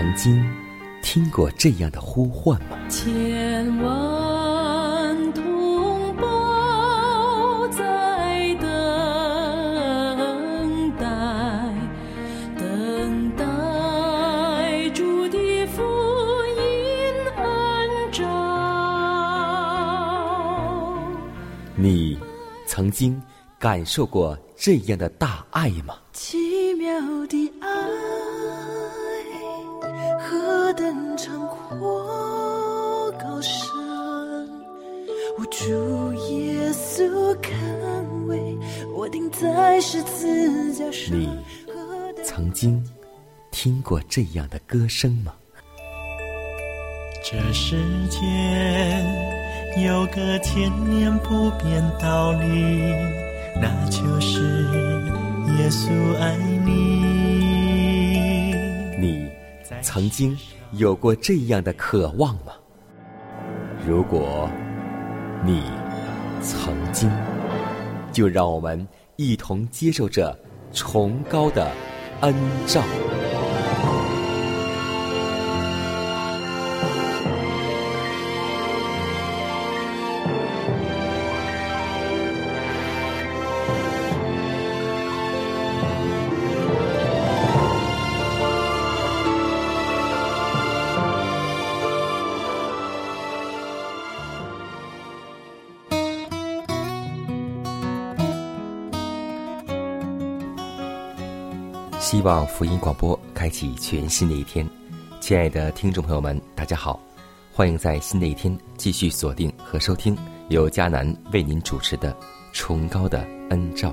曾经听过这样的呼唤吗？ 千万同胞在等待，等待主的福音恩召。 你曾经感受过这样的大爱吗？ 奇妙的爱，何等长阔高深，我主耶稣看为我钉在十字架上。 你曾经听过这样的歌声吗？ 这世间有个千年不变道理，那就是耶稣爱你。 你曾经有过这样的渴望吗？如果你曾经，就让我们一同接受这崇高的恩召。希望福音广播开启全新的一天。亲爱的听众朋友们，大家好，欢迎在新的一天继续锁定和收听由迦南为您主持的崇高的恩召。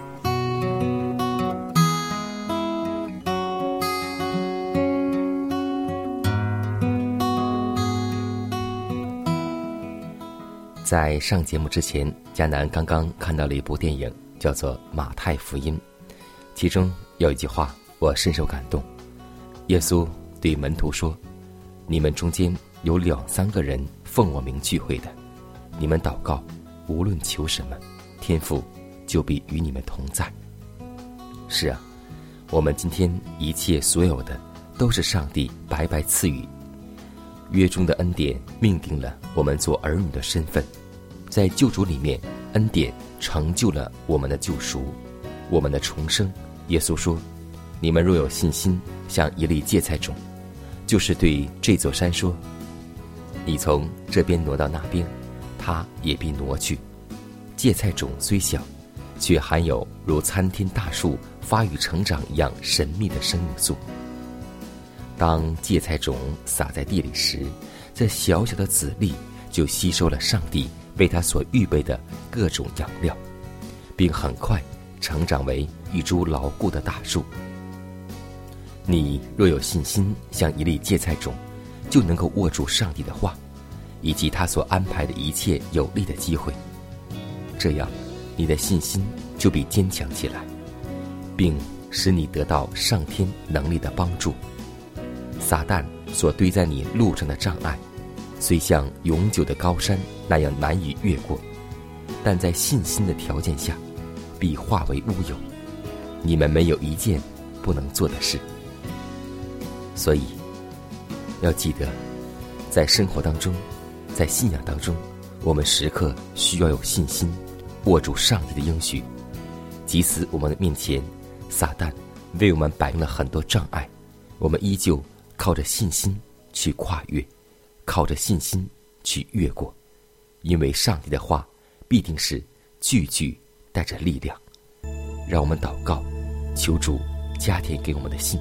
在上节目之前，迦南刚刚看到了一部电影，叫做《马太福音》，其中有一句话我深受感动。耶稣对门徒说，你们中间有2-3个人奉我名聚会的，你们祷告，无论求什么，天父就必与你们同在。是啊，我们今天一切所有的都是上帝白白赐予。约中的恩典命定了我们做儿女的身份，在救主里面，恩典成就了我们的救赎，我们的重生。耶稣说，你们若有信心，像一粒芥菜种，就是对这座山说，你从这边挪到那边，它也必挪去。芥菜种虽小，却含有如参天大树发育成长一样神秘的生命素。当芥菜种撒在地里时，这小小的籽粒就吸收了上帝为它所预备的各种养料，并很快成长为一株牢固的大树。你若有信心，像一粒芥菜种，就能够握住上帝的话，以及他所安排的一切有利的机会。这样，你的信心就必坚强起来，并使你得到上天能力的帮助。撒旦所堆在你路上的障碍，虽像永久的高山那样难以越过，但在信心的条件下，必化为乌有。你们没有一件不能做的事。所以要记得，在生活当中，在信仰当中，我们时刻需要有信心，握住上帝的应许。即使我们的面前撒旦为我们摆了很多障碍，我们依旧靠着信心去跨越，靠着信心去越过，因为上帝的话必定是句句带着力量。让我们祷告，求主加添给我们的信。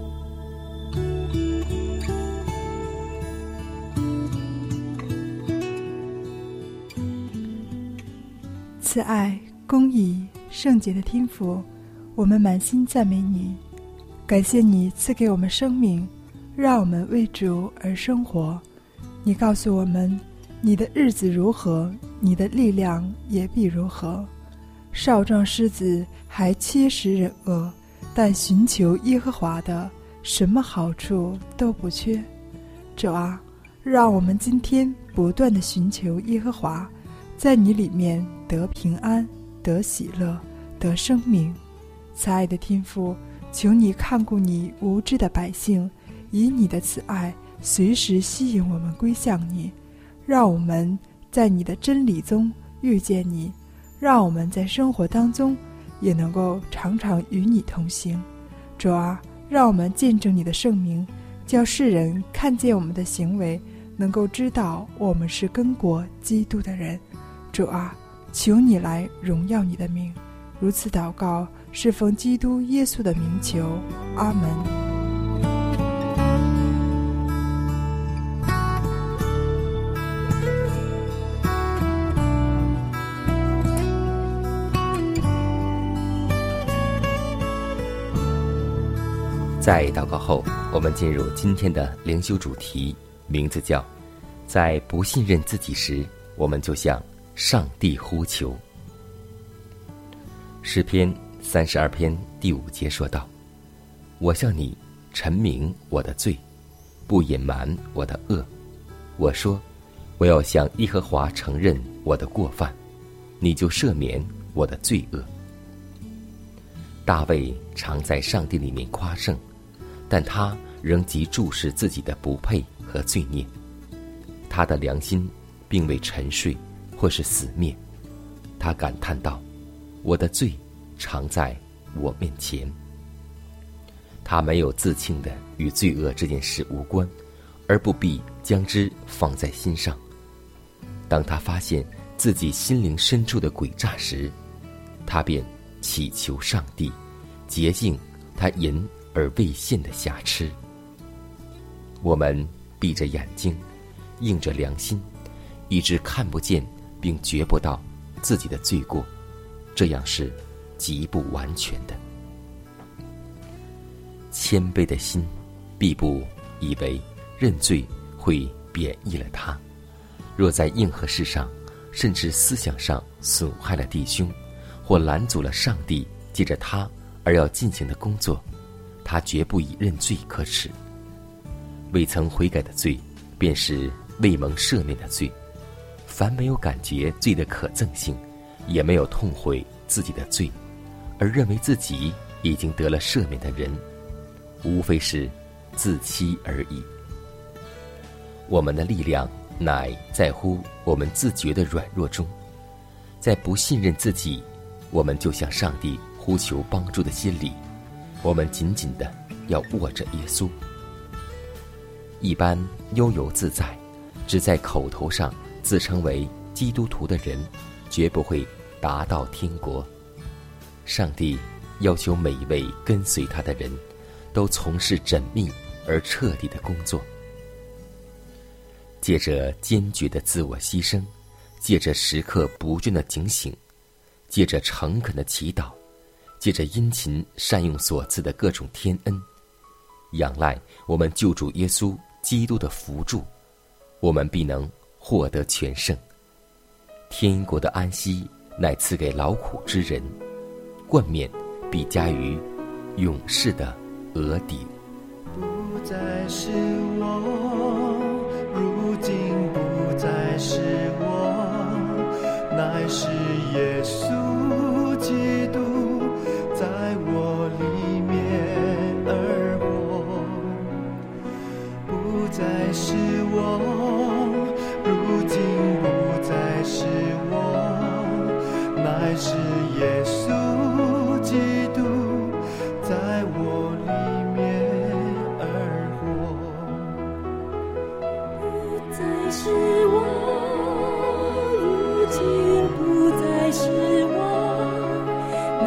慈爱、公义、圣洁的天父，我们满心赞美你，感谢你赐给我们生命，让我们为主而生活。你告诉我们，你的日子如何，你的力量也必如何。少壮狮子还缺食忍饿，但寻求耶和华的，什么好处都不缺。主啊，让我们今天不断地寻求耶和华，在你里面得平安，得喜乐，得生命。慈爱的天父，求你看顾你无知的百姓， 以你的慈爱随时吸引我们归向你，让我们在你的真理中遇见你，让我们在生活当中也能够常常与你同行。主啊，让我们见证你的圣名，叫世人看见我们的行为，能够知道我们是跟过基督的人。主啊，求你来荣耀你的名。如此祷告，是奉基督耶稣的名求，阿门。 在祷告后，我们进入今天的灵修主题，名字叫在不信任自己时，我们就向上帝呼求。诗篇32篇第5节说道：我向你陈明我的罪，不隐瞒我的恶。我说，我要向耶和华承认我的过犯，你就赦免我的罪恶。大卫常在上帝里面夸胜，但他仍极注视自己的不配和罪孽。他的良心并未沉睡或是死灭。他感叹道：我的罪常在我面前。他没有自轻的与罪恶这件事无关，而不必将之放在心上。当他发现自己心灵深处的诡诈时，他便祈求上帝洁净他隐而未现的瑕疵。我们闭着眼睛，硬着良心，一直看不见并觉不到自己的罪过，这样是极不完全的。谦卑的心必不以为认罪会贬义了他。若在任何事上甚至思想上损害了弟兄，或拦阻了上帝借着他而要进行的工作，他绝不以认罪可耻。未曾悔改的罪便是未蒙赦免的罪。凡没有感觉罪的可憎性，也没有痛悔自己的罪，而认为自己已经得了赦免的人，无非是自欺而已。我们的力量乃在乎我们自觉的软弱中。在不信任自己，我们就向上帝呼求帮助的心里，我们紧紧的要握着耶稣。一般悠游自在，只在口头上自称为基督徒的人，绝不会达到天国。上帝要求每一位跟随他的人都从事缜密而彻底的工作，借着坚决的自我牺牲，借着时刻不倦的警醒，借着诚恳的祈祷，借着殷勤善用所赐的各种天恩，仰赖我们救主耶稣基督的扶助，我们必能获得全胜。天国的安息乃赐给劳苦之人，冠冕必加于勇士的额顶。 不再是我，如今不再是我，乃是耶稣基督在我里面而活。不再是我，如今不再是我，乃是耶稣基督在我里面而活。 不再是我，如今不再是我，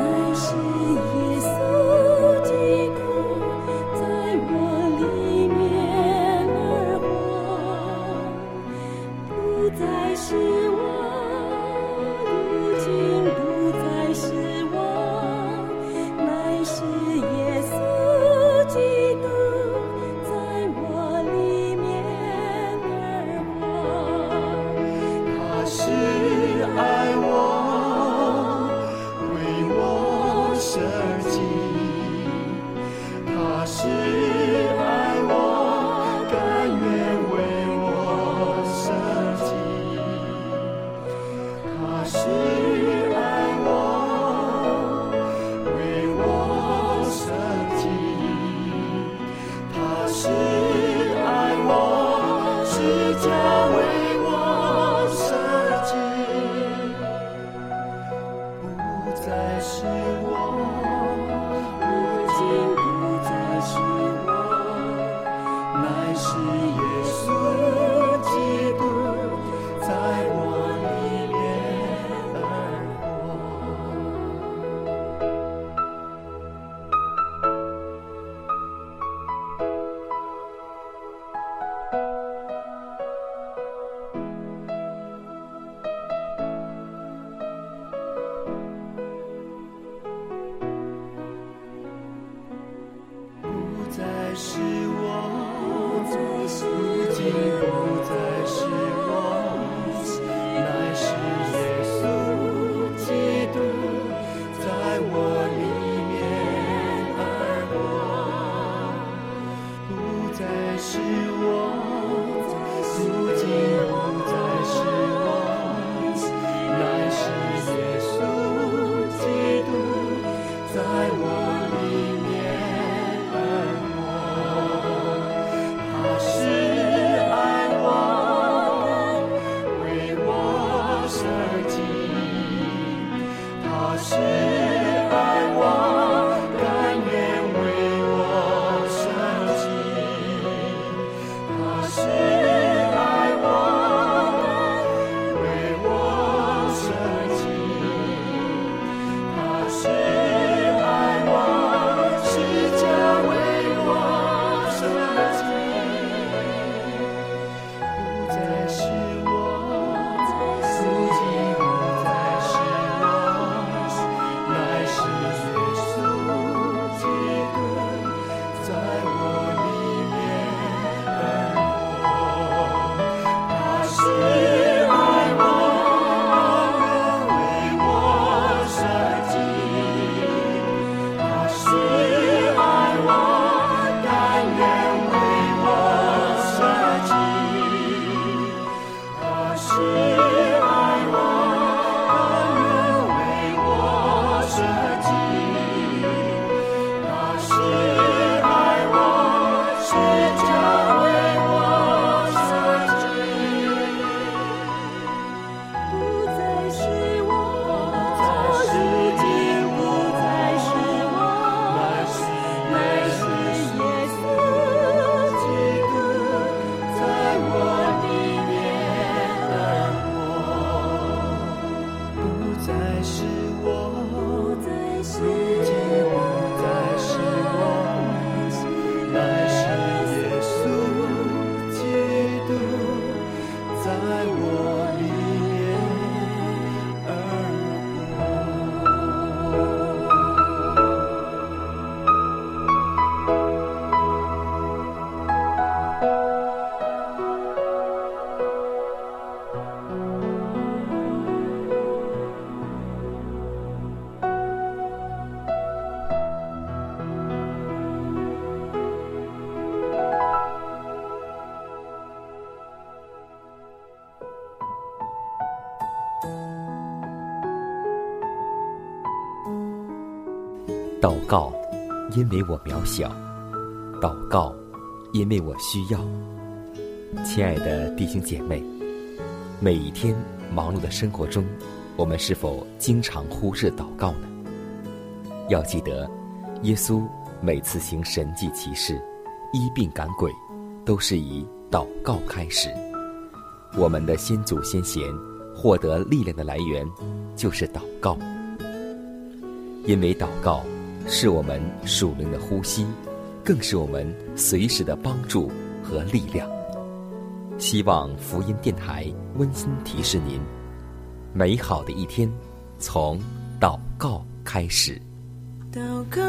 祷告，因为我渺小；祷告，因为我需要。亲爱的弟兄姐妹，每一天忙碌的生活中，我们是否经常忽视祷告呢？要记得，耶稣每次行神迹奇事、医病赶鬼，都是以祷告开始。我们的先祖先贤获得力量的来源就是祷告，因为祷告是我们属灵的呼吸，更是我们随时的帮助和力量。希望福音电台温馨提示您，美好的一天从祷告开始。 祷告，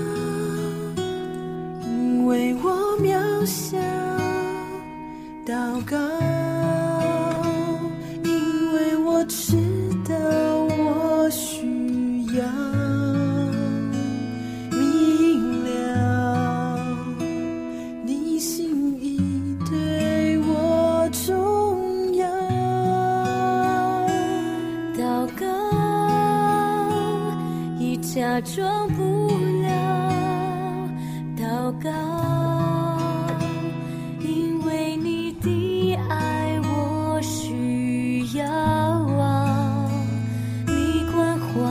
因为我渺小；祷告，因为我知道我需要。明了你心意对我重要。祷告，已假装不了；祷告，因为你的爱我需要啊！你关怀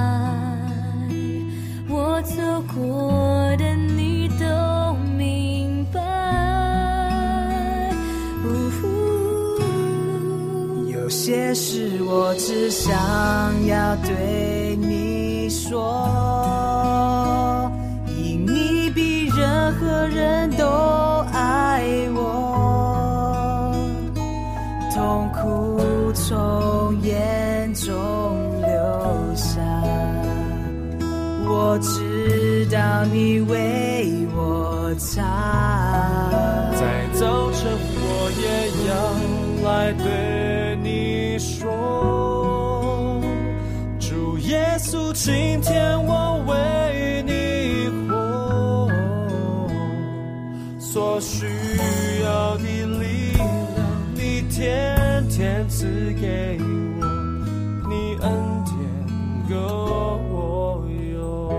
我走过的，你都明白。有些事我只想要对你说，因你比任何人都爱我，痛苦从眼中流下，我知道你为我擦。 在早晨我也要来对你说，主耶稣，今天我为你活，所需要的力量你天天赐给我，你恩典够用。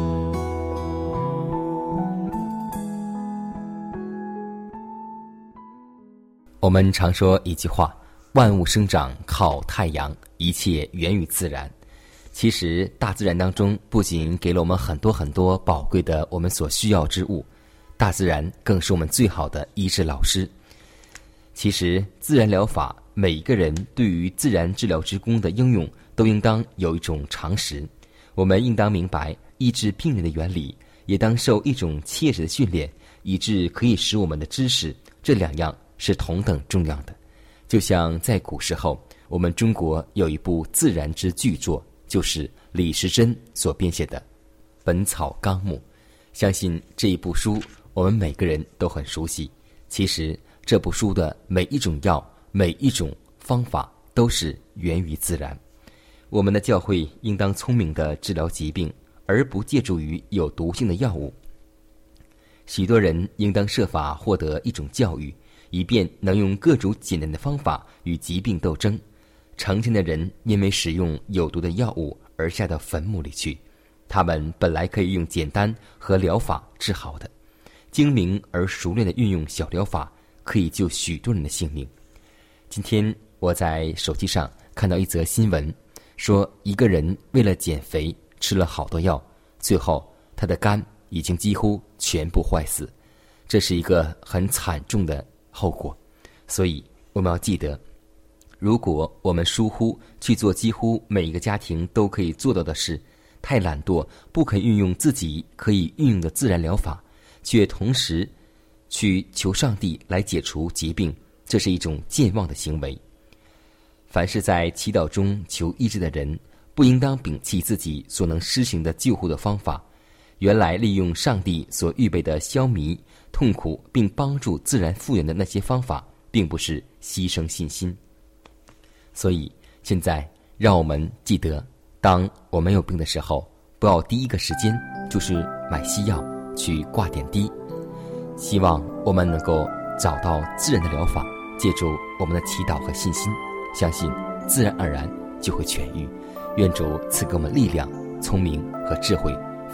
我们常说一句话，万物生长靠太阳，一切源于自然。其实大自然当中不仅给了我们很多很多宝贵的我们所需要之物，大自然更是我们最好的医治老师。其实自然疗法，每一个人对于自然治疗之功的应用都应当有一种常识。我们应当明白医治病人的原理，也当受一种切实的训练，以致可以使我们的知识，这两样是同等重要的。就像在古时候，我们中国有一部自然之巨作，就是李时珍所编写的《本草纲目》。相信这一部书我们每个人都很熟悉。其实这部书的每一种药，每一种方法都是源于自然。我们的教会应当聪明地治疗疾病，而不借助于有毒性的药物。许多人应当设法获得一种教育，以便能用各种简单的方法与疾病斗争。成千的人因为使用有毒的药物而下到坟墓里去，他们本来可以用简单和疗法治好的。精明而熟练的运用小疗法，可以救许多人的性命。今天我在手机上看到一则新闻，说一个人为了减肥吃了好多药，最后他的肝已经几乎全部坏死，这是一个很惨重的后果。所以我们要记得，如果我们疏忽去做几乎每一个家庭都可以做到的事，太懒惰，不肯运用自己可以运用的自然疗法，却同时去求上帝来解除疾病，这是一种健忘的行为。凡是在祈祷中求医治的人，不应当摒弃自己所能施行的救护的方法。原来利用上帝所预备的消弭痛苦并帮助自然复原的那些方法，并不是牺牲信心。所以现在让我们记得，当我们有病的时候，不要第一个时间就是买西药去挂点滴。希望我们能够找到自然的疗法，借助我们的祈祷和信心，相信自然而然就会痊愈。愿主赐给我们力量、聪明和智慧，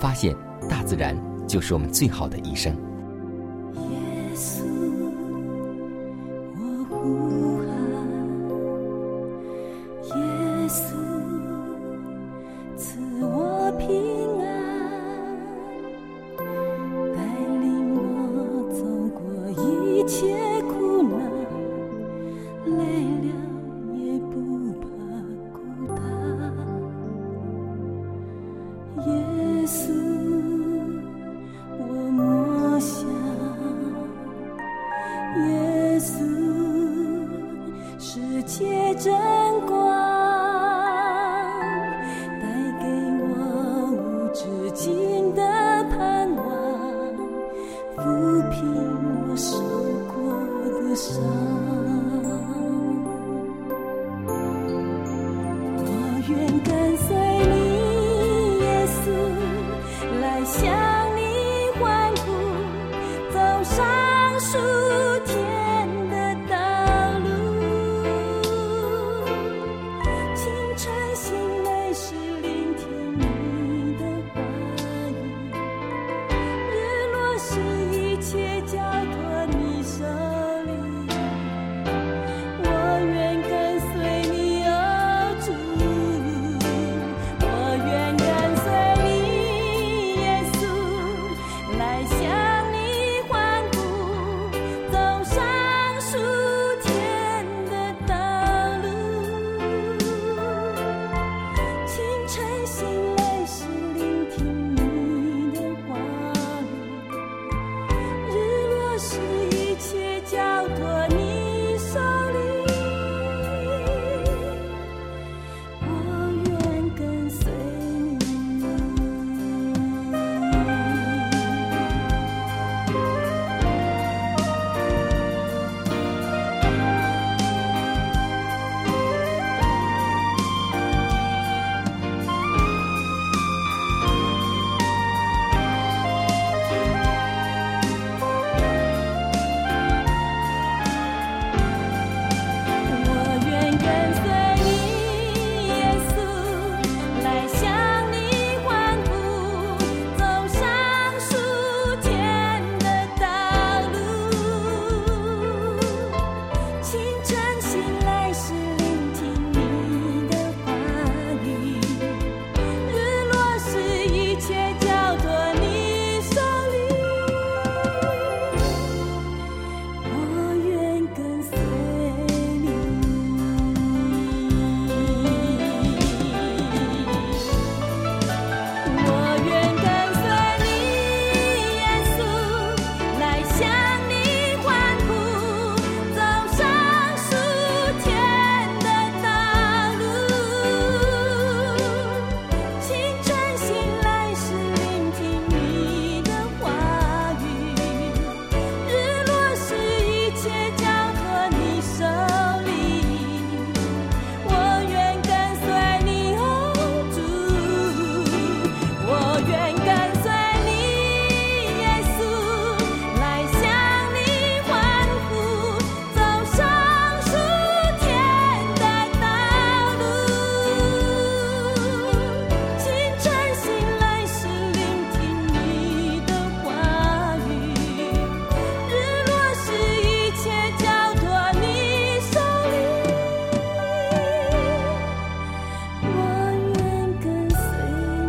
发现大自然就是我们最好的医生。 耶稣，我呼喊，耶稣，赐我平安，带领我走过一切苦难，累了也不怕孤单。耶稣，我默想，耶稣，世界真光，带给我无止境的盼望，抚平我受过的伤。我愿跟随你，耶稣，来向你欢呼，走上属天的道路。清晨醒来时聆听你的话语，日落时一切交托你手里。我愿跟随你，哦主，我愿跟随你，耶稣，来向你欢呼，走上属天的道路。清晨醒来时聆听你的话语，日落时一切交托你手里。我愿跟随你。我愿跟随你，耶稣，来向你欢呼，走上属天的道路。清晨醒来时聆听你的话语，日落时一切交托你手里。我愿跟随你，我愿跟随你，耶稣，来向你欢呼，走上属天的道路。清晨醒来时聆听你的话语，日落时一切交托你手里。我愿跟随你，哦主，我愿跟随你，耶稣，来向你欢呼，走上属天的道路。清晨醒来时聆听你的话语，日落时一切交托你手里。我愿跟随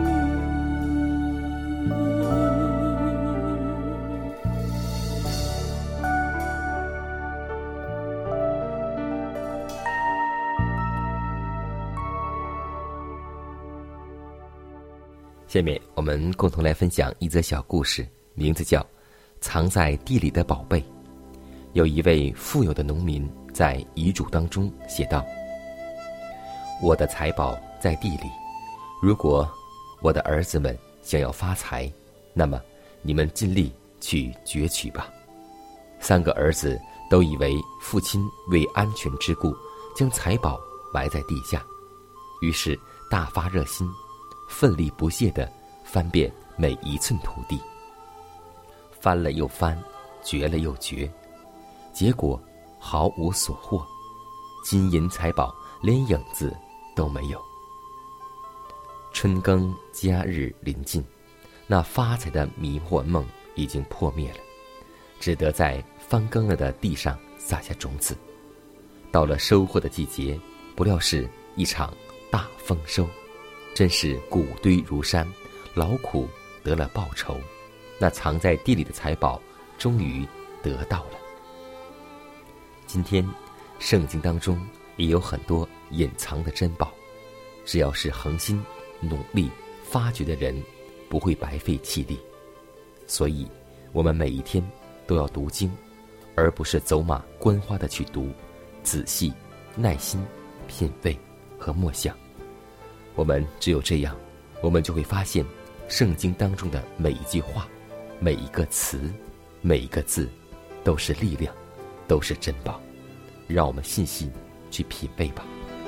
下面我们共同来分享一则小故事，名字叫《藏在地里的宝贝》。有一位富有的农民在遗嘱当中写道：我的财宝在地里，如果我的儿子们想要发财，那么你们尽力去攫取吧。3个儿子都以为父亲为安全之故将财宝埋在地下，于是大发热心，奋力不懈地翻遍每一寸土地，翻了又翻，掘了又掘，结果毫无所获，金银财宝连影子都没有。春耕佳日临近， 那发财的迷惑梦已经破灭了，只得在翻耕了的地上撒下种子。到了收获的季节，不料是一场大丰收，真是谷堆如山，劳苦得了报酬。那藏在地里的财宝终于得到了。今天圣经当中也有很多隐藏的珍宝，只要是恒心努力发掘的人，不会白费气力。所以我们每一天都要读经，而不是走马观花的去读，仔细耐心品味和默想。我们只有这样，我们就会发现圣经当中的每一句话，每一个词，每一个字都是力量，都是珍宝。让我们细细去品味吧。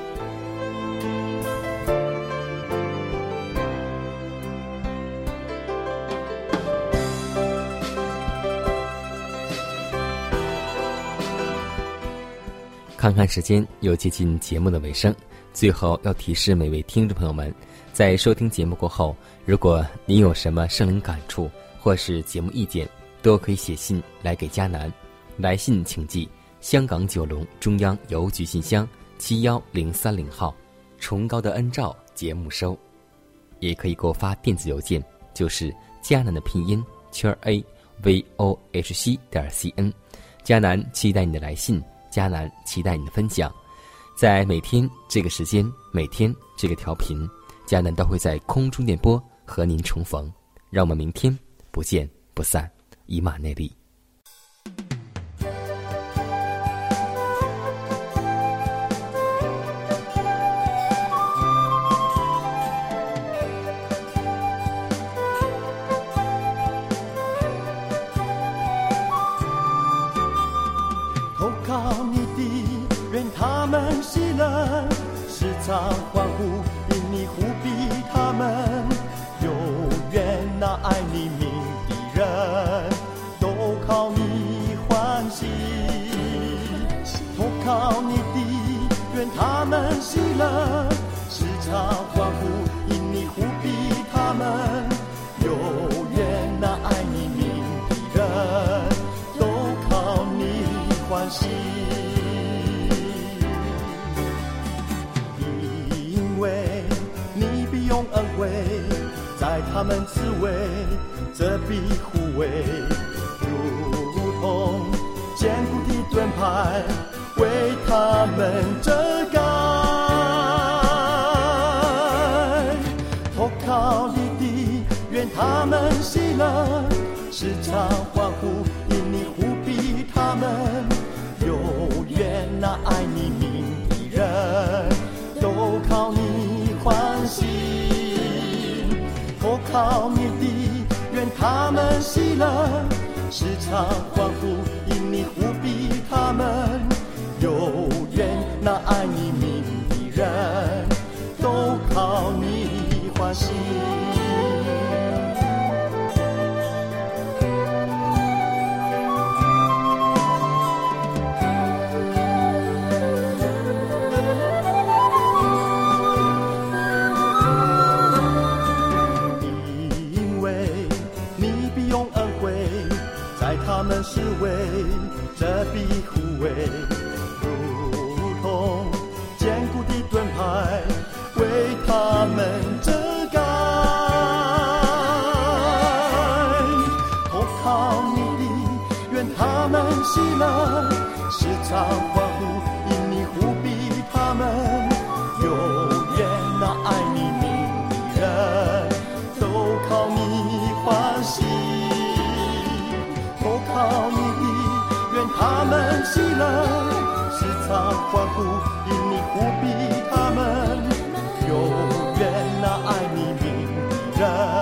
看看时间，又接近节目的尾声，最后要提示每位听众朋友们，在收听节目过后，如果您有什么圣灵感触或是节目意见，都可以写信来给迦南。来信请寄香港九龙中央邮局信箱71030号，崇高的恩照节目收。也可以给我发电子邮件，就是迦南的拼音@vohc.cn。迦南期待你的来信，迦南期待你的分享。在每天这个时间，每天这个调频，迦南都会在空中电波和您重逢。让我们明天不见不散，以马内利。 投靠你的，愿他们喜乐，时常欢呼，因你护庇他们。有愿那爱你名的人，都靠你欢喜。投靠你的，愿他们喜乐，时常欢呼，因你护庇他们。有愿那爱你名的人，都靠你欢喜。因为你必用恩惠在他们滋味，这必护卫，如同坚固的盾牌，为他们遮盖。投靠你的，愿他们喜乐，时常欢呼，因你护庇他们。有愿那爱你名的人，都靠你欢喜。投靠你的，愿他们喜乐，时常欢呼，因你护庇他们。有愿那爱你名的人，都靠你欢喜。他们是为这必护卫，如同坚固的盾牌，为他们遮盖。投靠你的，愿他们喜乐，时常欢呼，因你护庇他们。有愿那爱你名的人，都靠你欢喜。投靠你的，愿他们喜乐，时常欢呼，因你护庇他们。有愿那爱你名的人，